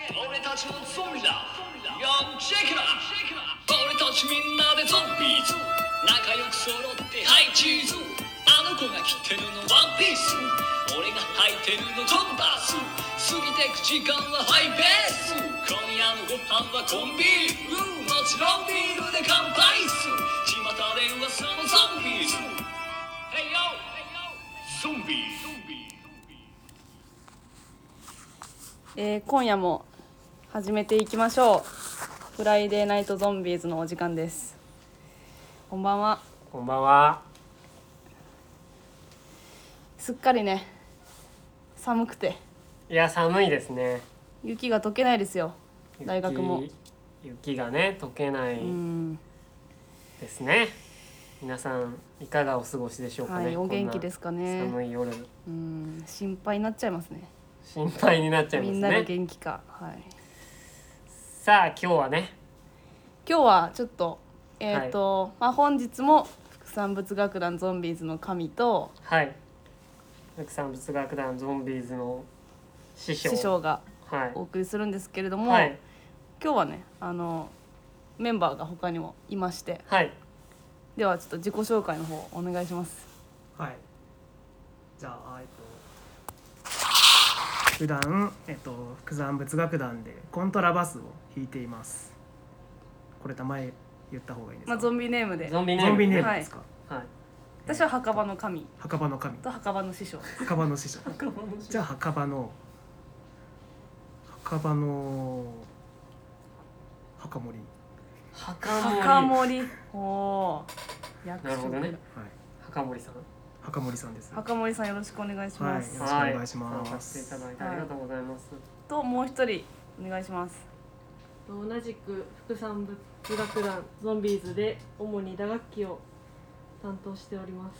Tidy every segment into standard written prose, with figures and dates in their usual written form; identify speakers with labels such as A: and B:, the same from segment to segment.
A: 俺たちもゾンビだ。よんチェックだ。俺たちみんなでゾンビーズ。仲良く揃ってハイチーズ。あの子が着てるのワンピース。俺が履いてるのコンバース。過ぎてく時間はハイペース。今夜のご飯はコンビーフ。もちろんビールで乾杯す。巷で噂のゾンビーズ。Hey yo! ゾンビー。
B: 今夜も始めていきましょう。フライデーナイトゾンビーズのお時間です。こんばんは。
C: こんばんは。
B: すっかりね、寒くて
C: いや寒いですね。
B: 雪が溶けないですよ。大学も
C: 雪がね溶けないですね。皆さんいかがお過ごしでしょうかね。
B: はい、お元気ですかね。
C: 寒い夜
B: 心配になっちゃいますね。
C: 心配になっちゃいますね。
B: みんなの元気か。はい。
C: さあ今日はね、
B: 今日はちょっと本日も副産物楽団ゾンビーズの神と
C: はい副産物楽団ゾンビーズの師匠
B: が
C: はい
B: お送りするんですけれども、
C: はい
B: 今日はねメンバーが他にもいまして、
C: はい
B: ではちょっと自己紹介の方お願いします。
D: はい。じゃあ普段副産物楽団でコントラバスを弾いています。これ名前言った方がいいですか。
B: ゾンビネームで。
C: ゾンビネ
D: ゾンビネ
C: ーム
D: ームですか。
C: はい
B: 私は墓場の神
D: 墓場の神。
B: と墓場の師匠。
D: 墓場の師匠。じゃあ墓場の墓森。
B: 墓森。おお。役職だ。
C: なるほどね。
D: はい。
C: 墓森さん。
D: 墓森さんです。
B: 墓森さんよろしくお願いし
D: はい。よろ
B: ます。
D: しくお願いしま
C: 参加
D: す。
C: していただいてありがとうございます。
B: ともう一人お願いします。
E: 同じく副産物楽団ゾンビーズで主に打楽器を担当しております。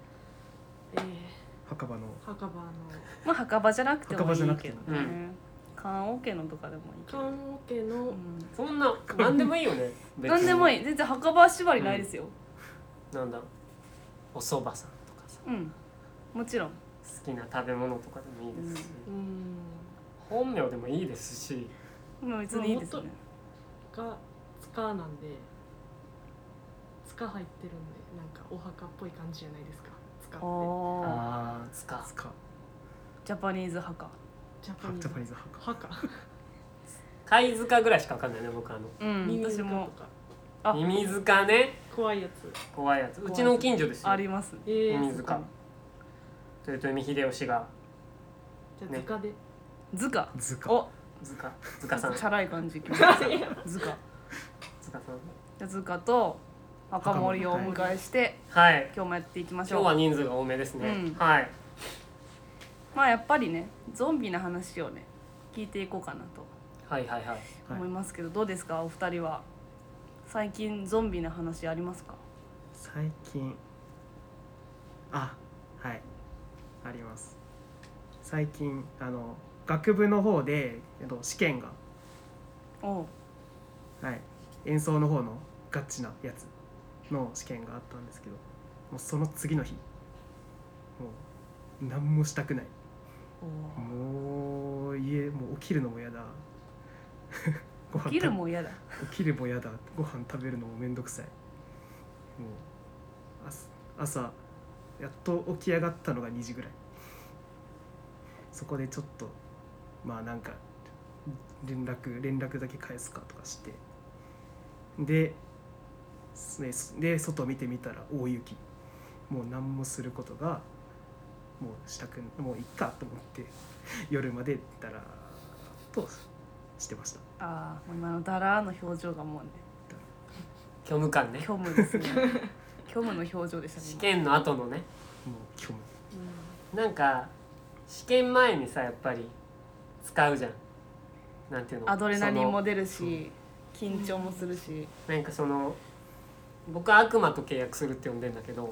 D: 墓場の。
E: 墓場の
B: まあ墓場じゃなくてもいいけど
D: 墓場じゃなくて
B: ね
C: も。
B: 棺桶のとかでもいいけど。
E: 棺桶の
C: そんな何でもいいよね。別に
B: 何でもいい。全然墓場縛りないですよ。
C: なんだお蕎麦さんとかさ、
B: もちろん。
C: 好きな食べ物とかでもいいですし、
E: うん
C: 本名でもいいですし、
B: まあ別にいいですね。
E: が塚なんで塚入ってるんでなんかお墓っぽい感じじゃないですか。塚って
B: ああ。
C: つか
B: ジャパニーズ墓。
E: ジャパニ
D: ジャパニ
E: ーズ
D: ーズ墓。
E: 墓
C: 貝塚ぐらいしかわかんないね僕
E: 耳
B: 私も
E: 塚とか
B: あ
C: 耳塚ね、
E: 怖いやつ。
C: 怖いやつ。うちの近所ですよ。
B: あります。
C: 耳塚。豊臣秀吉が
E: じゃあ塚で
B: 図鑑。
D: 図鑑。
B: お、
C: 塚さん
B: チャラい感じきました。図鑑。
C: 塚さん
B: じゃあ図鑑と墓森をお迎えして
C: はい
B: 今日もやっていきましょう。
C: 今日は人数が多めですね、はい
B: まあやっぱりねゾンビの話をね聞いていこうかなと
C: はいはいはい
B: 思いますけど、どうですかお二人は最近ゾンビの話ありますか？
D: 最近はいあります。最近学部の方で試験が
B: おう。
D: 演奏の方のガチなやつの試験があったんですけど、もうその次の日もう何もしたくない。もう起きるのも嫌だ。ご飯
B: 起きるも嫌だ。
D: 起きるも嫌だ。ご飯食べるのもめんどくさい。もう朝やっと起き上がったのが2時ぐらい。そこでちょっとまあなんか連絡だけ返すかとかしてで外見てみたら大雪。もう何もすることがもういっかと思って夜までだらーっとしてました。
B: ああ、今のダラーの表情がもうね
C: 虚無感ね。
B: 虚無ですね。虚無の表情でしたね。
C: 試験の後のね、
D: もう虚無。
C: なんか試験前にさやっぱり使うじゃん。なんていうの。
B: アドレナリンも出るし、緊張もするし。
C: なんか僕は悪魔と契約するって呼んでんだけど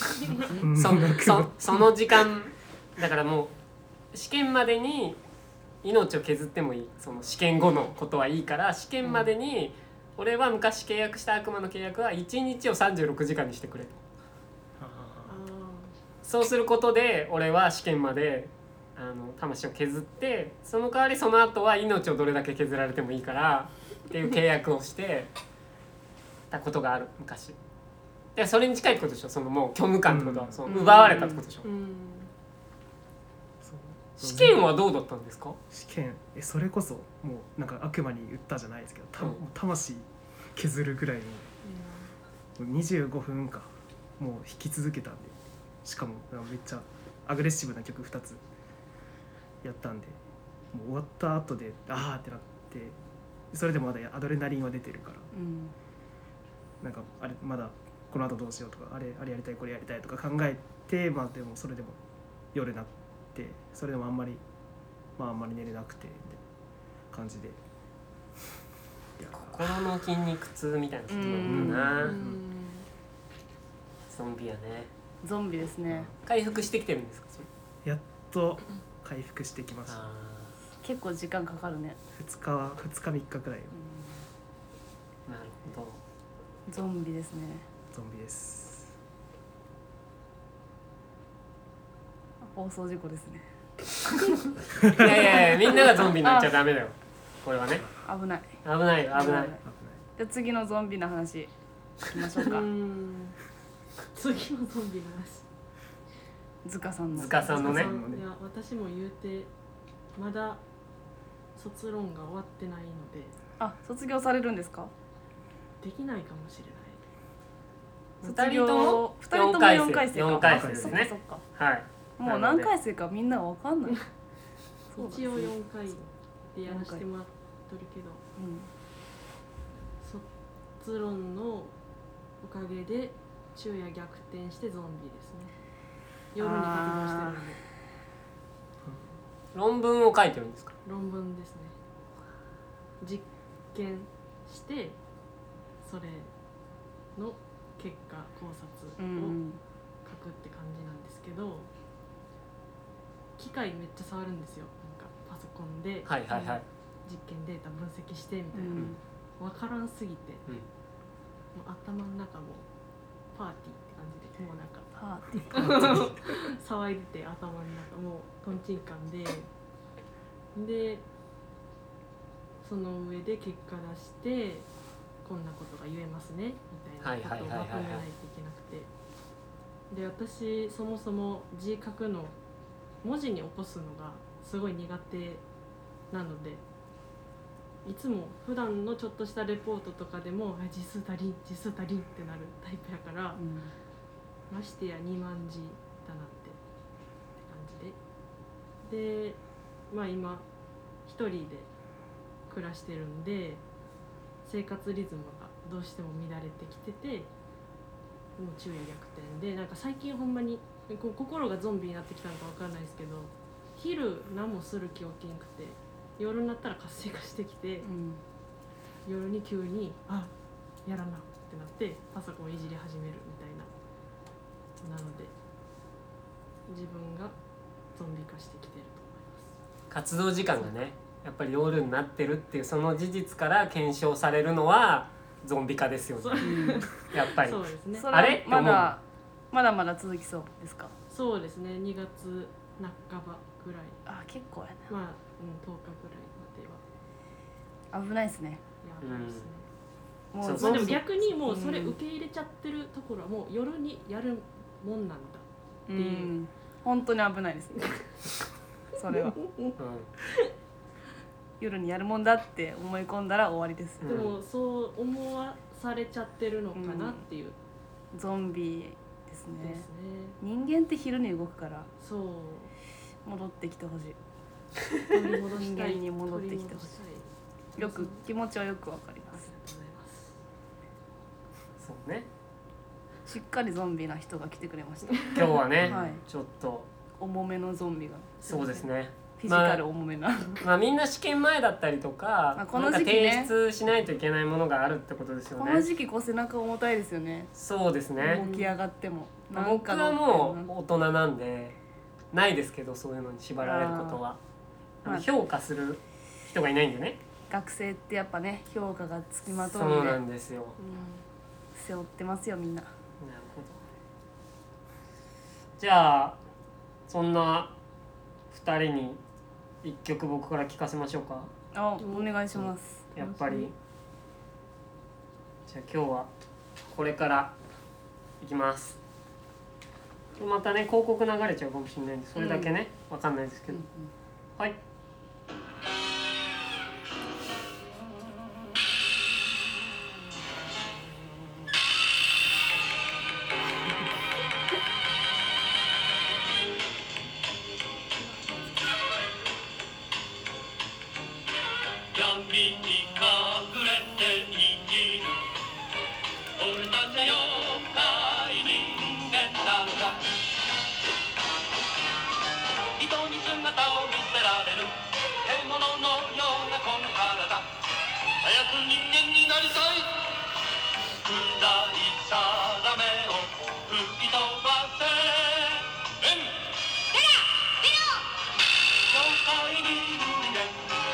C: その時間だからもう試験までに命を削ってもいい。その試験後のことはいいから試験までに俺は昔契約した悪魔の契約は1日を36時間にしてくれと。そうすることで俺は試験まで魂を削ってその代わりその後は命をどれだけ削られてもいいからっていう契約をしてたことがある昔でそれに近いってことでしょそのもう虚無感ってことは、その奪われたってことでしょ、
D: そう
C: 試験はどうだったんですか？
D: 試験それこそもうなんか悪魔に言ったじゃないですけどもう魂削るぐらいのもう25分かもう弾き続けたんでしかもめっちゃアグレッシブな曲2つやったんでもう終わった後であーってなってそれでもまだアドレナリンは出てるから
B: うん
D: なんかあれまだこの後どうしようとかあれやりたいこれやりたいとか考えてまあでもそれでも夜になってそれでもあんまり寝れなくてみたいな感じでいや
C: 心の筋肉痛みたいなことなんだな、ゾンビやね。
B: ゾンビですね。
C: 回復してきてるんですかそれ？
D: やっと回復してきました。
B: 結構時間かかるね。
D: 2日3日くらい
C: なるほど。
B: ゾンビですね。
D: ゾンビです。
B: 放送事故ですね。
C: いやみんながゾンビになっちゃダメだよこれはね。
B: 危ない。
C: 危ないよ危ない。
B: じゃあ次のゾンビの話いきましょうか。
E: 次のゾンビの話。
B: ズカさんの。
C: ズカさんのね。
E: いや私も言うてまだ卒論が終わってないので。
B: あ、卒業されるんですか？
E: できないかもしれ
C: 2
E: ない。
C: 人とも
B: 4回生か。
C: 4回生ですね。
B: そっか。
C: はい。
B: もう何回生かみんなわかんない。
E: 一応4回でやらせてもらっとるけど、卒論のおかげで昼夜逆転してゾンビですね。夜に活動してるんで。
C: 論文を書いてるんですか？
E: 論文ですね。実験してそれの結果考察を書くって感じなんですけど、機械めっちゃ触るんですよ。なんかパソコンで実験データ分析してみたいな、分からんすぎて、もう頭の中もパーティーって感じで、もうなんか騒いでて頭の中もうとんちんかんでその上で結果出してこんなことが言えますねみたいなことをまとめないといけなくて、で私そもそも字書くの文字に起こすのがすごい苦手なので、いつも普段のちょっとしたレポートとかでも字数足りんってなるタイプやから、ましてや2万字だなって感じで、まあ今一人で暮らしてるんで生活リズムがどうしても乱れてきてて、もう昼夜逆転でなんか最近ほんまに心がゾンビになってきたのか分かんないですけど、昼何もする気起きんくて夜になったら活性化してきて、夜に急にやらなってなってパソコンをいじり始めるみたいな、なので自分がゾンビ化してきてると思います。
C: 活動時間がねやっぱり夜になってるっていうその事実から検証されるのはゾンビ化ですよね。やっぱり
E: そうですね。
C: あれ
B: まだまだ続きそうですか？
E: そうですね。2月半ばぐらい。
B: 結構やな。
E: 10日ぐらいまでは
B: 危ないですね。
E: やばいですね。
B: もう
E: まあでも逆にもうそれ受け入れちゃってるところはもう夜にやるもんなんだっていう。
B: 本当に危ないですね。それは。夜にやるもんだって思い込んだら終わりです。
E: でもそう思わされちゃってるのかなっていう。
B: ゾンビですね。人間って昼に動くから戻ってきてほしい。人間に戻ってきてほしい。よく気持ちはよくわかります。
C: そうね。
B: しっかりゾンビな人が来てくれました。
C: 今日はね、ちょっと
B: 重めのゾンビが。
C: そうですね。
B: フィジカル重めな。
C: まあみんな試験前だったりとか、
B: この時期ね、
C: なんか提出しないといけないものがあるってことですよね。
B: この時期背中重たいですよね。
C: そうですね。
B: 起き上がっても。
C: 僕はもう大人なんでないですけど、そういうのに縛られることは。評価する人がいないんでね。
B: 学生ってやっぱね評価がつきまとうん
C: で。そうなんですよ。
B: 背負ってますよみんな。
C: なるほど。じゃあそんな 2人に1曲僕から聴かせましょうか。
B: あ、お願いします。
C: やっぱりじゃあ今日はこれからいきます。またね広告流れちゃうかもしれないんでそれだけね、わかんないですけど、はい。
A: 闇に隠れて生きる俺たち妖怪人間なんだ人に姿を見せられる獣のようなこの体早く人間になりたい暗い定めを吹き飛ばせベンベラベロ妖怪人間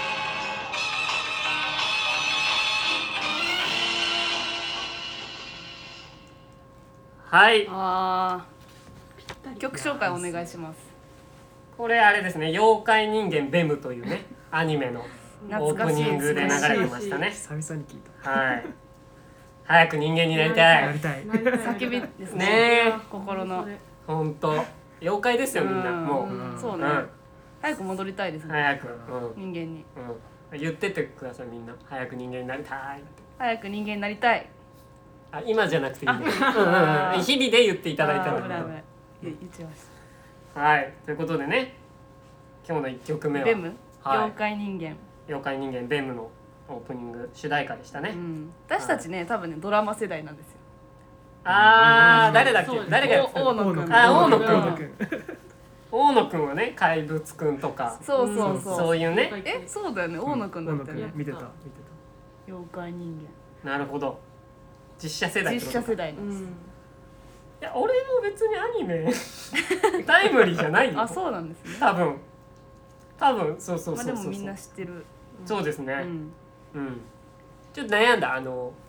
C: はい、
B: ああ、曲紹介お願いします。
C: これあれですね妖怪人間ベムというねアニメのオープニングで流れてましたね。
D: 久々に聞いた。
C: はい早く人間になりたい。
D: なりたい。
B: 叫びですね。
C: ね
B: 心の。
C: ほんと妖怪ですよみんなもう、
B: そうね。早く戻りたいですね。
C: 早く、
B: 人間に。
C: 言っててくださいみんな早く人間になりたいって。
B: 早く人間になりたい。
C: あ今じゃなくていいね日々で言っていただいたので、
B: 危ない危ない言っちゃいまし
C: はいということでね今日の1曲目は
B: た。ベム、
C: はい
B: 妖怪人間。
C: 妖怪人間ベムのオープニング主題歌でしたね、
B: 私たちね多分ねドラマ世代なんですよ。
C: あー誰だっけ誰がやってた
B: 大野くん。
C: あ大野くん
B: うん
C: 大野くんはね怪物くんとか
B: そうそう
C: そ
B: そうう。
C: いうね
B: そうだよね大野くんだったよね。
D: 見てた。
B: 妖怪人
C: なるほど実写世代
B: 間。
C: ってことか
B: 実写世代なんです。
C: いや俺も別にアニメタイムリーじゃないよ
B: あ、そうなんですね。
C: 多分そうそうそうそう、
B: まあでもみんな知ってる。
C: そうですね
B: うん
C: ちょっと悩んだ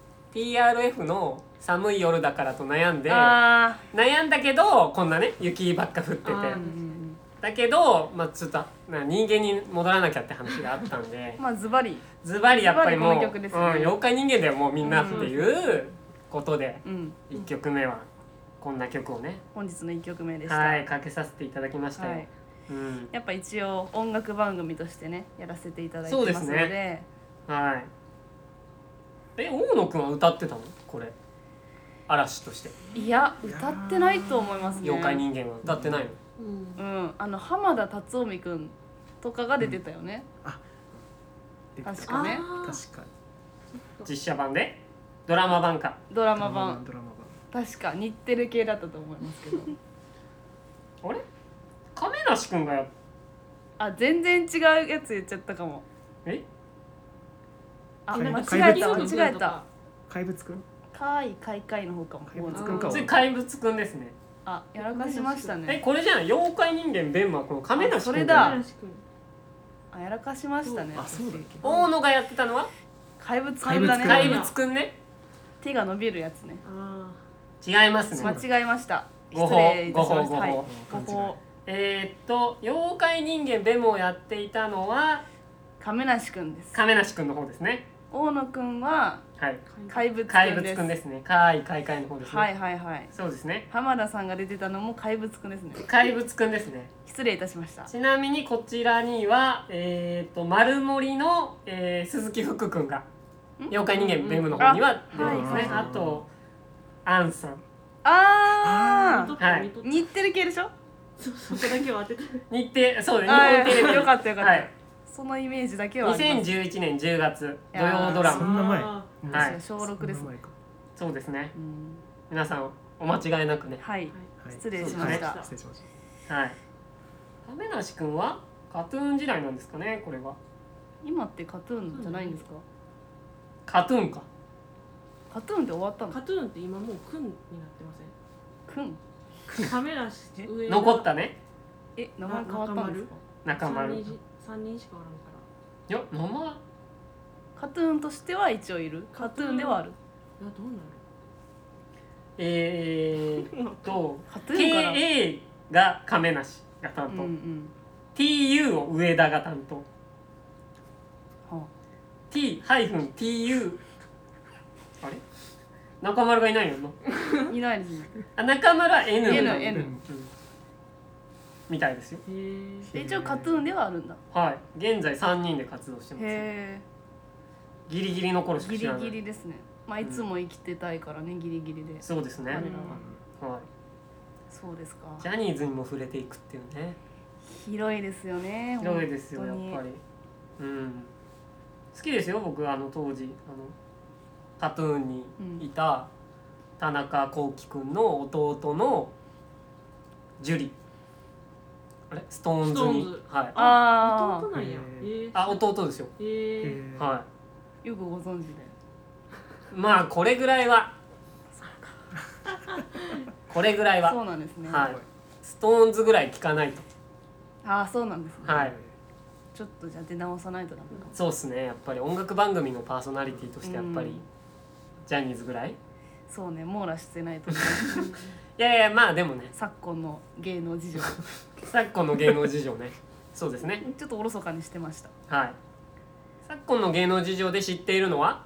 C: TRF の寒い夜だからと悩んで
B: あ
C: 悩んだけどこんなね雪ばっか降ってて
B: あ、
C: だけどまあちょっと人間に戻らなきゃって話があったんで
B: まあズバリ。
C: ズバリやっぱりもう、
B: ズバリこの曲ですね
C: 妖怪人間だよもうみんなっていうことで、1曲目はこんな曲をね
B: 本日の1曲目でした。
C: はいかけさせていただきましたよ、
B: はい。やっぱ一応音楽番組としてねやらせていただいてますの
C: そうです
B: で、
C: ねはい大野くんは歌ってたのこれ嵐として
B: いや歌ってないと思いますね。
C: 妖怪人間は歌ってないの、
B: 浜田辰臣くんとかが出てたよね。確かね。
D: 確か
C: 実写版でドラマ版か
B: ドラマ版
D: ドラマ
B: 確か日テレ系だったと思いますけど。
C: あれ亀梨くんが
B: あ、全然違うやつ言っちゃったかも。あ、間違えた。
D: 怪物くん。
B: かいの方かも。
D: 怪物くんか。
C: それ怪物くんですね。
B: あ、やらかしましたね。
C: これじゃん妖怪人間ベンマこの亀梨くん。
B: それだ。あ、やらかしましたね。
D: あ、そうだっけ。
C: 大野がやってたのは
B: 怪物くんだね。
C: 怪物くんね。
B: 手が伸びるやつね。
C: 違いますね。
B: 間違えました。失礼いたしました。はい。
C: 妖怪人間ベムをやっていたのは
B: 亀梨くんです。
C: 亀梨くんの方ですね。
B: 大野くんは怪物
C: くんですね。怪怪の方ですね。
B: はいはいはい。
C: そうですね。
B: 浜田さんが出てたのも怪物くんですね。
C: 怪物くんですね。
B: 失礼いたしました。
C: ちなみにこちらには丸森の、鈴木福くんが妖怪人間ベムの方には出てますね。あとアンさん。
B: ああ。
C: はい。
B: 日テレ系でしょ？
E: そこだけは当てた。
C: 日テレそうね。日
B: 本
C: テレビ
B: よかったよかった。
C: はい。
B: そのイメージだけはあります。
C: 2011年10月土曜ドラマ。
D: そんな前。
C: はい。
B: 小6です。
C: そうですね。皆さんお間違いなくね。
B: はい。失礼しました。
D: 失礼しました。
C: はい。亀梨くんはカトゥーン時代なんですかねこれは。
B: 今ってカトゥーンじゃないんですか？
C: カトゥーンか。
B: カトゥーンって終わったの？
E: カトゥーンって今もうくんになってません？
B: くん。
E: 亀梨上
C: 残ったね。
B: 名前変わったんですか？
C: 中丸。
E: 3人しかおらんから。
C: いや名前。
B: カトゥーンとしては一応いる。カトゥーンではある。
E: いやどうな
B: カトゥーンかな。
C: KA が亀梨が担当。 TU を上田が担当、
B: は
C: T-TU あれ中丸がいないよな
B: あ、いないですね。
C: あ中丸は N
B: N
C: なの
B: N
C: うんみたいですよ。
E: へー
B: で一応カトゥーンではあるんだ。
C: はい現在3人で活動してます。
B: へ
C: ギリギリの頃し
B: え、ギリ
C: か知らない。
B: ギリですね。まあいつも生きてたいからね、ギリギリで。
C: そうですね、
B: 彼らは。
C: はい、
B: そうですか。
C: ジャニーズにも触れていくっていうね
B: 広いですよね。
C: 広いですよやっ
B: 本当に
C: ぱりうん好きですよ僕当時カトゥーンにいた田中聖くんの弟のジュリあれストーンズに
E: ストーンズ
C: はい
B: あ
E: 弟なんや。
C: 弟ですよ
B: あ、
C: は
B: よくご存知で。
C: いまあこれぐらいはこれぐらいは
B: そうなんですね。
C: はいストーンズぐらい聞かないと
B: ああ、そうなんですね。
C: はい
B: ちょっとじゃあ出直さないとダメかも。
C: そうっすねやっぱり音楽番組のパーソナリティとしてやっぱり
B: うん
C: ジャニーズぐらい
B: そうね、網羅してないとね。
C: いやいやまあでもね
B: 昨今の芸能事情。
C: 昨今の芸能事情ねそうですね
B: ちょっとおろそかにしてました。
C: はい昨今の芸能事情で知っているのは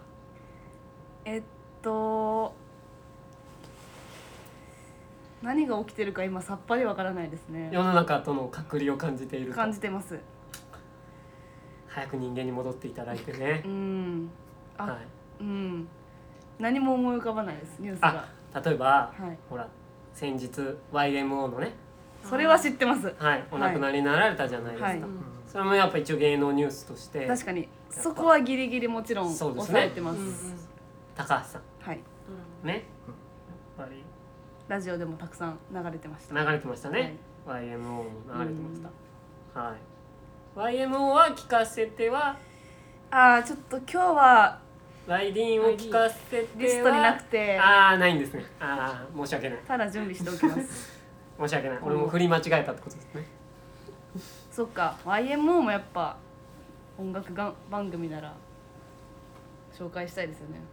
B: 何が起きてるか今さっぱりわからないですね。
C: 世の中との隔離を感じていると
B: 感じてます。
C: 早く人間に戻っていただいてね
B: う、ん。あ、
C: はい、
B: うん。何も思い浮かばないですニュースが。
C: 例えば
B: はい。
C: ほら先日 YMO のね、
B: それは知ってます。
C: はい、お亡くなりになられたじゃないですか、
B: はい
C: それもやっぱ一応芸能ニュースとして
B: 確かにそこはギリギリもちろん
C: そうですね
B: 抑えてます。
C: 高橋さ
B: はい。
C: んねやっぱり
B: ラジオでもたくさん流れてました。
C: 流れてましたね、
B: はい
C: YMO も流れてました、はい、YMO は聞かせては
B: ああ、ちょっと今日は
C: ライディーンを聞かせては
B: リストになくて、
C: ああないんですねああ申し訳ない
B: ただ準備しておきます。
C: 申し訳ない俺も振り間違えたってことですね
B: そっか、YMO もやっぱ音楽が番組なら紹介したいですよね。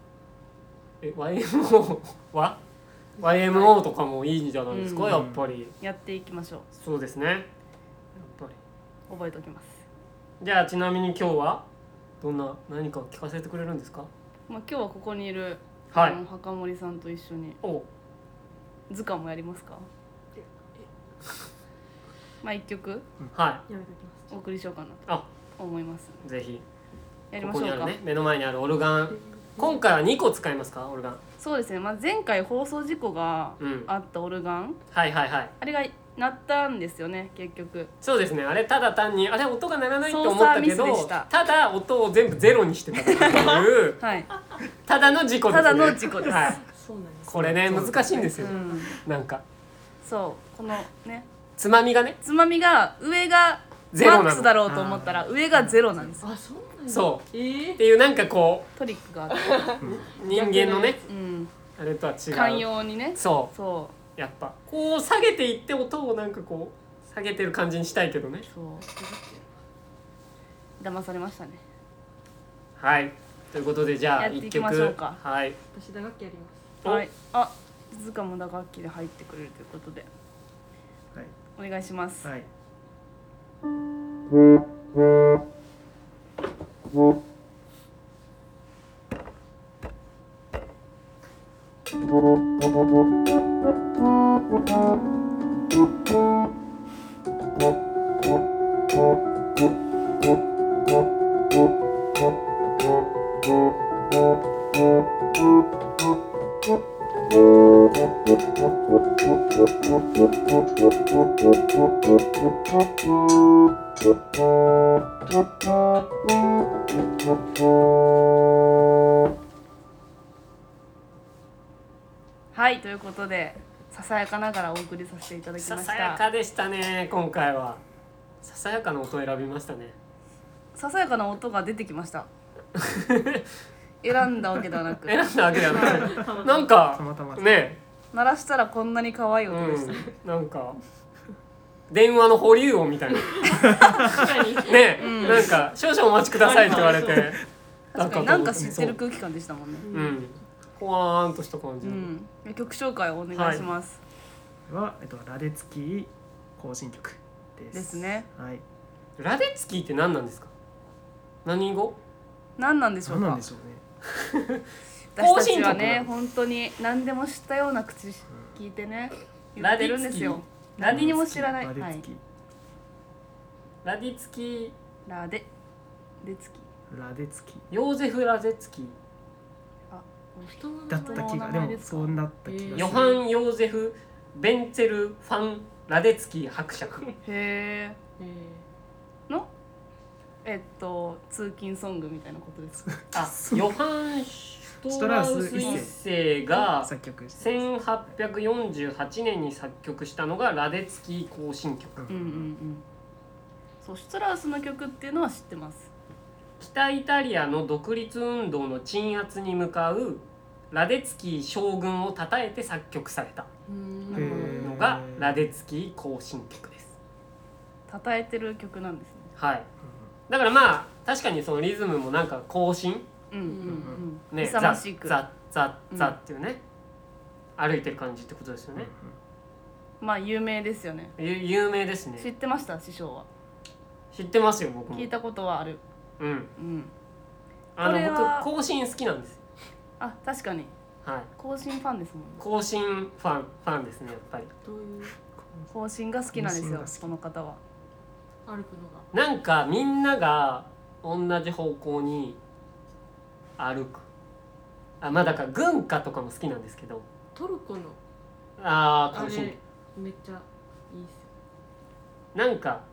C: YMO は YMO とかもいいんじゃないですか、
B: うん
C: やっぱり
B: やっていきましょう。
C: そうですねやっぱり
B: 覚えておきます。
C: じゃあちなみに今日は何か聞かせてくれるんですか？
B: まあ今日はここにいる、
C: はい
B: 墓森さんと一緒に
C: お
B: 図鑑もやりますか？まあ一曲
C: は
E: やめときます
B: お送りしようかな
C: あ
B: と思います。
C: いぜひ
B: やりましょうか。
C: ここにあるね目の前にあるオルガン今回は2個使いますかオルガン
B: そうですね。まあ前回放送事故が
C: うん
B: あったオルガン、
C: はいはいはい
B: あれが鳴ったんですよね結局。
C: そうですねあれただ単にあれ音が鳴らないって思ったけ
B: 操作ミス
C: ど
B: でした
C: ただ音を全部ゼロにしてたっていう
B: はい。
C: ただの事故ですね
B: ただの事故です。
C: はい、
E: そうなんです
C: これね難しいんですよ、
B: うん。
C: なんか
B: そうこのね
C: つまみがね
B: つまみが上が
C: ゼロなの
B: マックスだろうと思ったら上がゼロなんです。
E: あ、そうなんだ
C: そ
E: え
C: っていうなんかこ
B: トリックがあって、
C: う人間のね
B: うん、
C: あれとは違う
B: 寛容にね。
C: そ
B: そう
C: やっぱこう下げていって音をなんかこう下げてる感じにしたいけどね
B: うそう。騙されましたね。
C: はいということでじゃあ1
B: やっていきま
C: 曲
B: しょうか
C: はい
E: 私打楽器やります
C: お
B: はい。あ、図鑑も打楽器で入ってくれるということで
D: はい
B: お願いします。
D: はい
B: はい、ということでささやかながらお送りさせていただきまし
C: ささや
B: た。
C: かでしたね今回はささやかな音を選びましたね
B: ささやかな音が出てきました。選んだわけではなく、
C: 選んだわけではないなんか
D: たまたま
C: ね
B: 鳴らしたらこんなに可愛い
C: う
B: 音でした。
C: んなんか電話の保留音みたいなね、なんか少々お待ちくださいって言われて
B: 確かになんか知ってる空気感でしたもんね。
C: うんほわーんとした感じの、
B: うん。曲紹介をお願いします。
D: はラデツキー行進曲です。
B: ですね。
D: はい。
C: ラデツキーって何なんですか？何語？
B: 何なんでしょうか
D: 何なんで。しょうね。
B: 私たちは
C: 行進
B: ね
C: 曲
B: 本当に何でも知ったような口聞いてね言
C: ラ
B: ってるん
C: ディツキー
B: ですよ。何にも知らない。はい
D: ラデツ。キ、
C: ラディツキ
B: ラデでつき
D: ラデツキ
C: ヨーゼフ・ラデツキ
E: 人の
D: だ
E: 名前
B: 人の
D: った気が、でも
B: 名前ですか
D: そうなった気がする。
C: ヨハン・ヨーゼフ・ベンツェル・ファン・ラデツキー伯爵
B: へえ
E: え
B: の通勤ソングみたいなことですか。
C: あ、ヨハン・シュトラウス一世が
D: 作曲して
C: 1848年に作曲したのがラデツキー行進曲。
D: ます。
B: うんうんうん。そうシュトラウスの曲っていうのは知ってます。
C: 北イタリアの独立運動の鎮圧に向かうラデツキー将軍を称えて作曲された
E: うん
B: なるほど
C: のがラデツキー行進曲です。
B: 称えてる曲なんですね。
C: はい。だからまあ確かにそのリズムもなんか行進
B: うんうんうん。
C: ね、
B: 勇ましく。
C: ザザザっていうね、歩いてる感じってことですよね。
B: まあ有名ですよね。
C: 有名です
B: 知っ
C: ね。
B: てました師匠は。
C: 知ってますよ僕も。
B: 聞いたことはある。
C: うん。
B: うん。
C: あの
B: これは
C: 僕行進好きなんです。
B: あ確かに
C: はい。
B: 更新ファンですもんね。
C: 行進ファンですねやっぱり。
E: どういう
B: 更新が好きなんですよ
D: 更新が好き
B: この方は。
E: 歩くのが
C: なんかみんなが同じ方向に歩く。まあだから軍歌とかも好きなんですけど。
E: トルコの
C: 行進
E: あれめっちゃいいっすよ
C: なんか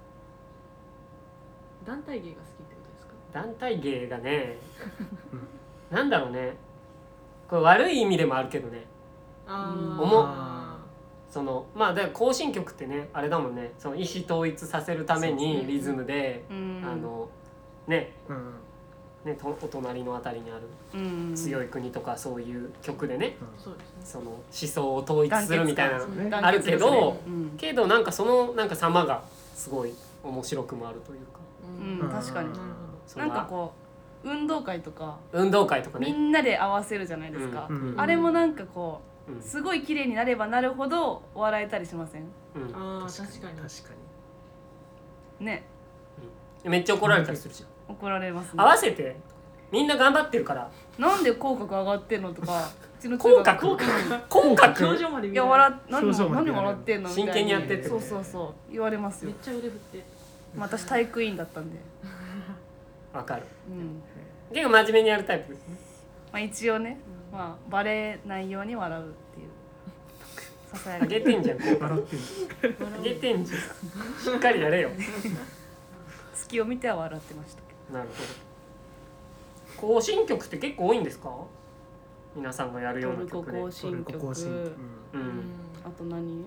E: 団体芸が好きってことですか
C: 団体芸がねなんだろうね、これ悪い意味でもあるけどね、
E: あ
C: 重っ
E: あ
C: そのまあだから行進曲ってねあれだもんね、その意思統一させるため
E: そうですね
C: にリズムで、
B: うん
C: ね
D: うん
C: お隣のあたりにある
B: うん
C: 強い国とかそういう曲でね、
E: そうですね
C: その思想を統一するみたいな
B: 団
D: ね
C: あるけど、
B: 団結ですねうん
C: けどなんかそのなんか様がすごい面白くもあるというか、
B: うん確かに
E: なるほ
C: その
B: なんかこう運動会とか
C: 運動会とか
B: み
C: ね、
B: んなで合わせるじゃないですか、
D: うん
B: あれもなんかこ
C: うん
B: うすごい綺麗になればなるほど笑えたりしません
C: うん
E: どああ
D: 確
E: 確かに
D: かに
B: ね。
C: めっちゃ怒られたりするじゃん、
B: 怒られますね
C: 合わせてみんな頑張ってるから
B: なんで口角上がってんのとかうちの
C: 口角口角
E: 表情まで見
B: いや
E: ない
B: なんで
D: 表情まで見られる
B: 笑ってんのみたい
C: 真剣にやってって
B: そうそうそう言われますよ
E: めっ。ちゃ腕振って
B: まあ私体育委員だったんで、
C: わかる。
B: うん
C: 結構真面目にやるタイプですね。
B: まあ、一応ね、まあバレないように笑うっていうささやき
C: 上げてんじゃん、口角
D: 笑ってる。
C: 上げてんじゃん。しっかりやれよ。
B: 隙を見ては笑ってましたけ
C: なるほど。行進曲って結構多いんですか？皆さんがやるような曲で。
B: トルコ行進曲
D: 更新。
C: う。
E: うんん
B: あと何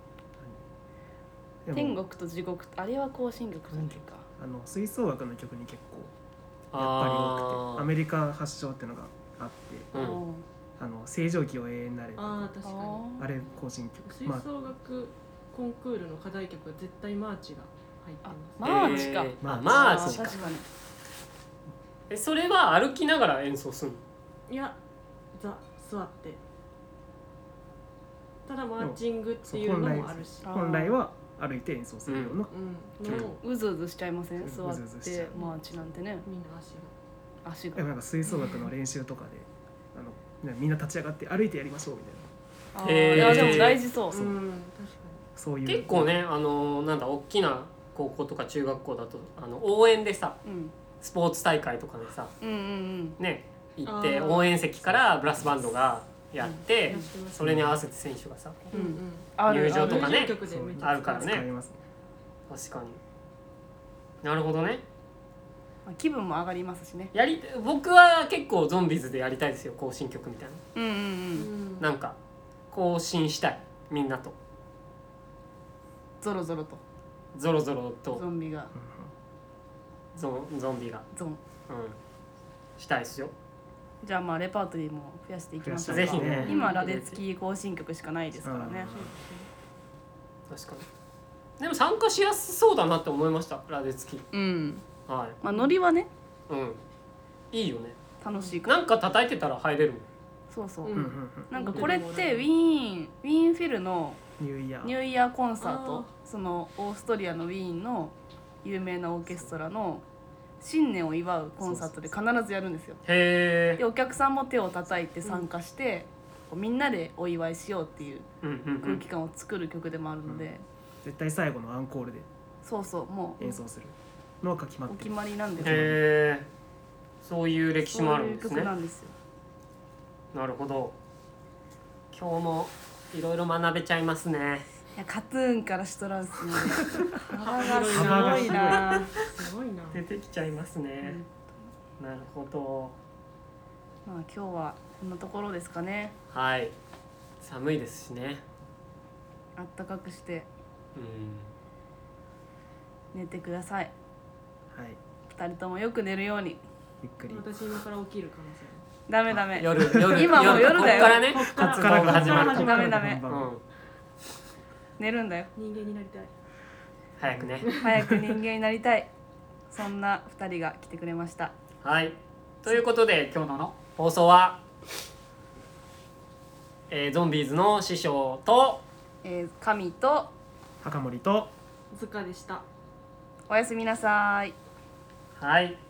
D: でも
B: 天国と地獄あれは行進曲だっけか
D: 吹奏楽の曲に結構やっぱり多くて、アメリカ発祥っていうのがあって、
C: うん。
D: 正常期を永遠になれとか
E: ああ確かに
D: あれ更新曲。
E: 吹奏楽コンクールの課題曲は絶対マーチが入ってます
B: マーチか
C: マ
D: マ
C: ーチか。
B: 確かに
C: それは歩きながら演奏するの？
E: いや座ってただマーチングっていうのもあるし
B: あー
D: 本来は歩いて演奏するような。
E: うんの
B: うずうずしちゃいません
D: うん
B: 座っ
D: うずうずしちゃ
B: て
D: う
B: マーチなんてね
E: みんな足が
B: 足が
D: でもなんか吹奏楽の練習とかでみんな立ち上がって歩いてやりましょうみたいな、
B: あーいやでも大事そう
D: そう
E: うん確か
D: そういう
C: 結構ね、なんだ大きな高校とか中学校だと応援でさ、
B: うん
C: スポーツ大会とかでさ、
B: うんうん
C: ね行って
E: あー
C: 応援席からブラスバンドがやっ
E: に
C: て
E: やってますね
C: それに合わせて選手がさ
B: うん
E: うん
B: ある
C: 友情とかね
E: 入場曲でめっちゃ
C: あるからね
D: 使いますね。
C: 確かになるほどね。
B: まあ気分も上がりますしね
C: 僕は結構ゾンビーズでやりたいですよ行進曲みたい
B: うんうんうん
E: うん
C: な、なんか行進したいみんなと
B: ゾロゾロと
C: ゾロゾロと
B: ゾンビが
C: ゾンビが、
B: ゾン
C: したいですよ。
B: じゃあまあレパートリーも増やしていきましょうか
C: ぜひね
B: 今ラデツキー行進曲しかないですからね
C: 確かにでも参加しやすそうだなって思いましたラデツキ。
B: うん
C: は
B: まあノリはね
C: い、いいよね。
B: 楽しいから
C: なんか叩いてたら入れるもん。
B: そうそう
E: うん
D: うんうんうん
B: なんかこれってウィーンフィルの
D: ニューイヤー
B: ニューイヤーコンサー
E: あ
B: ト、そのオーストリアのウィーンの有名なオーケストラの新年を祝うコンサートで必ずやるんですよ。
C: へえ。
B: でお客さんも手を叩いて参加して、こうみんなでお祝いしようっていう
C: うんうんうん。
B: 空気感を作る曲でもあるので、
D: 絶対最後のアンコールで
B: そうそうもう
D: 演奏するのが決まってる。
B: お決まりなんですよ。
C: へえ。そういう歴史もあるんですね
B: そういう曲な。んですよ。
C: なるほど。今日もいろいろ学べちゃいますね。
B: いやカトゥーンからシュトラウスまで幅がす
D: 幅が
B: ごいな。
E: すごいな。
C: 出てきちゃいますね。なるほど。
B: まあ今日はこんなところですかね。
C: はい。寒いですしね。
B: あったかくして
C: うん。
B: 寝てください。
D: はい、
B: 二人ともよく寝るように。
D: ゆっくり。
E: 私今から起きる可能性
B: ダメダメ。
C: 夜
B: 今もう夜だよ
C: こっからね
E: こっから
C: 活動が始まるから。
B: ダメダメ
D: 本番
C: うん。
B: 寝るんだよ。
E: 人間になりたい。
C: 早くね。
B: 早く人間になりたい。そんな二人が来てくれました。
C: はい。ということで今日の放送は、ゾンビーズの師匠と
B: 神と
D: 墓守と
E: 塚でした。
B: おやすみなさい。
C: はい。